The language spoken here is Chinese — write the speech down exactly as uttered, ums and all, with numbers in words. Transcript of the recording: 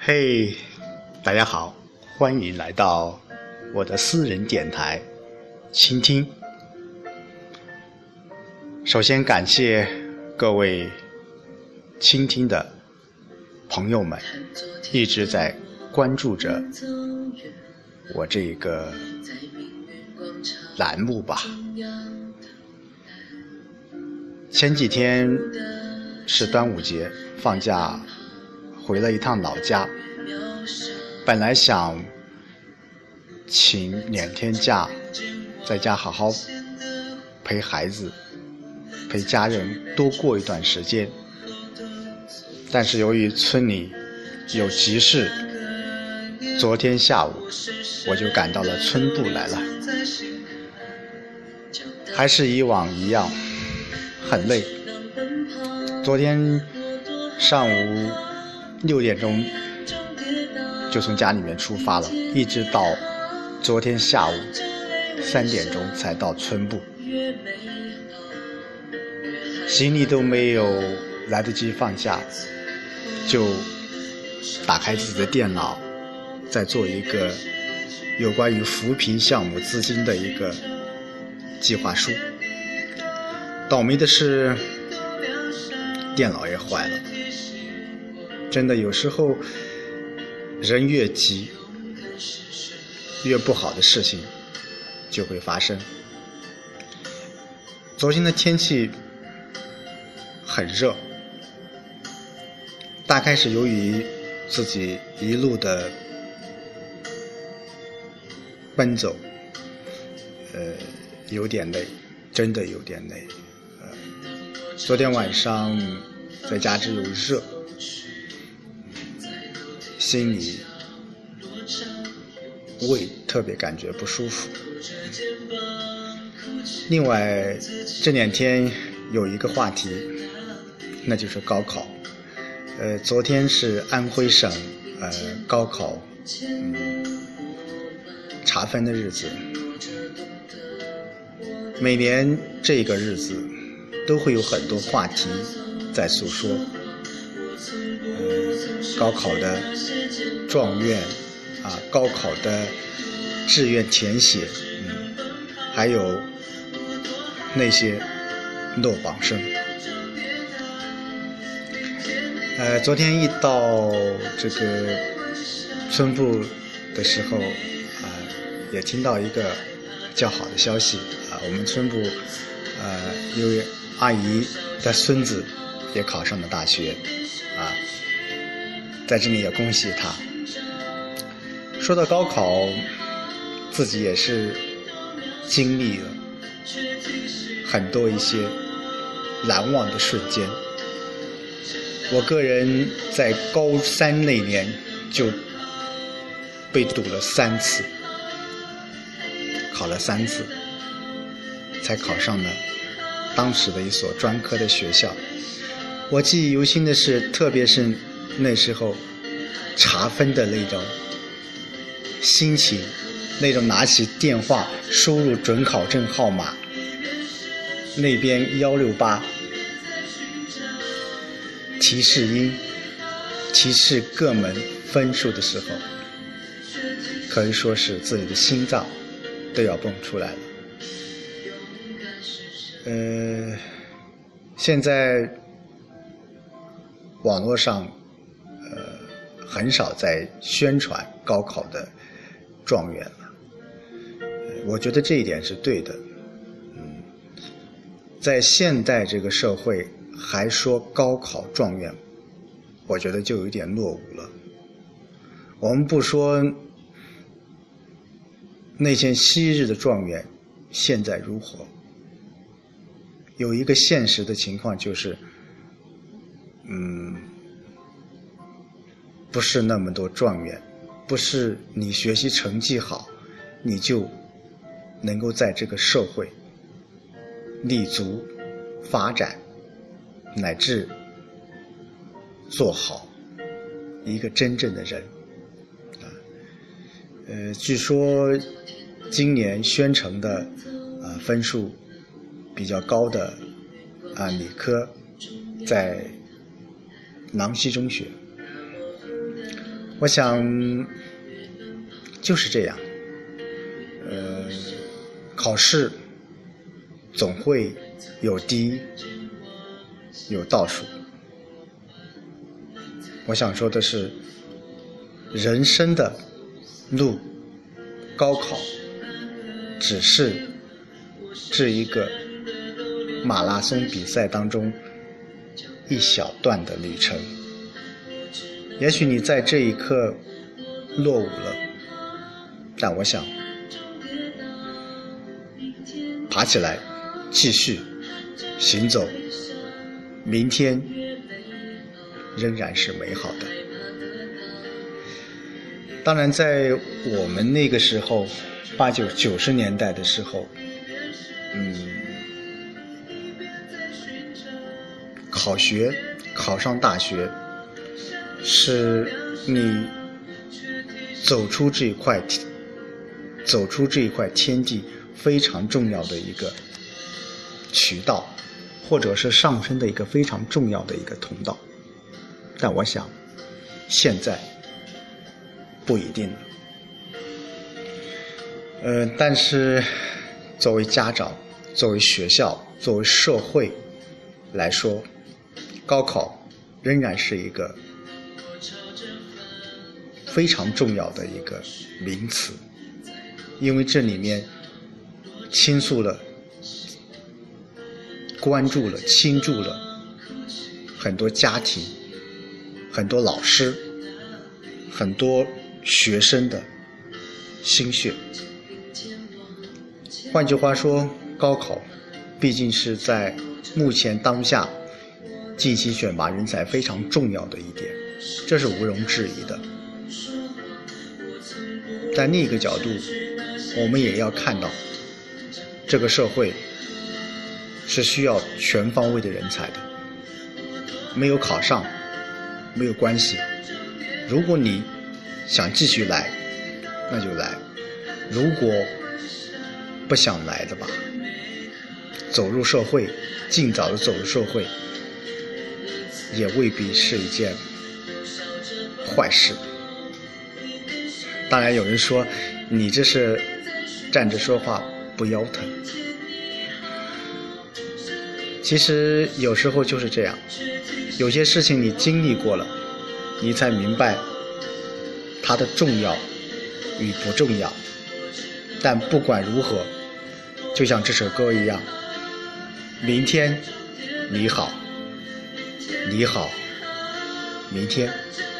嘿、hey, 大家好，欢迎来到我的私人电台倾听。首先感谢各位倾听的朋友们一直在关注着我这个栏目吧。前几天是端午节，放假回了一趟老家，本来想请两天假，在家好好陪孩子陪家人多过一段时间，但是由于村里有急事，昨天下午我就赶到了村部来了，还是以往一样很累。昨天上午六点钟就从家里面出发了，一直到昨天下午三点钟才到村部，行李都没有来得及放下，就打开自己的电脑，再做一个有关于扶贫项目资金的一个计划书。倒霉的是电脑也坏了，真的有时候人越急，越不好的事情就会发生。昨天的天气很热，大概是由于自己一路的奔走，呃，有点累，真的有点累。呃，昨天晚上在家只有热，心里胃特别感觉不舒服。另外这两天有一个话题，那就是高考。呃，昨天是安徽省呃高考嗯查分的日子。每年这个日子都会有很多话题在诉说，呃、高考的状元啊，高考的志愿填写，嗯，还有那些落榜生。呃，昨天一到这个村部的时候，啊、呃，也听到一个较好的消息啊、呃，我们村部呃有位阿姨的孙子也考上了大学啊，在这里也恭喜他。说到高考，自己也是经历了很多一些难忘的瞬间。我个人在高三那年就被堵了三次，考了三次才考上了当时的一所专科的学校。我记忆犹新的是，特别是那时候查分的那种心情，那种拿起电话输入准考证号码，那边一六八提示音提示各门分数的时候，可以说是自己的心脏都要蹦出来了。呃，现在网络上呃很少在宣传高考的状元了，呃，我觉得这一点是对的。嗯，在现代这个社会还说高考状元，我觉得就有一点落伍了。我们不说那些昔日的状元现在如何，有一个现实的情况就是，嗯，不是那么多状元，不是你学习成绩好，你就能够在这个社会立足发展，乃至做好一个真正的人啊。呃，据说今年宣城的啊分数比较高的啊理科在囊溪中学我想就是这样，呃，考试总会有低有倒数。我想说的是，人生的路，高考只是这一个马拉松比赛当中一小段的旅程。也许你在这一刻落伍了，但我想爬起来继续行走，明天仍然是美好的。当然在我们那个时候八九九十年代的时候，嗯，考学考上大学是你走出这一块走出这一块天地非常重要的一个渠道，或者是上升的一个非常重要的一个通道。但我想现在不一定了。呃，但是作为家长，作为学校，作为社会来说，高考仍然是一个非常重要的一个名词，因为这里面倾诉了、关注了、倾注了很多家庭、很多老师、很多学生的心血。换句话说，高考毕竟是在目前当下进行选拔人才非常重要的一点，这是毋庸置疑的。在另一个角度，我们也要看到这个社会是需要全方位的人才的。没有考上没有关系，如果你想继续来那就来，如果不想来的吧，走入社会，尽早的走入社会也未必是一件坏事。当然有人说你这是站着说话不腰疼，其实有时候就是这样，有些事情你经历过了，你才明白它的重要与不重要。但不管如何，就像这首歌一样，明天你好，你好，明天。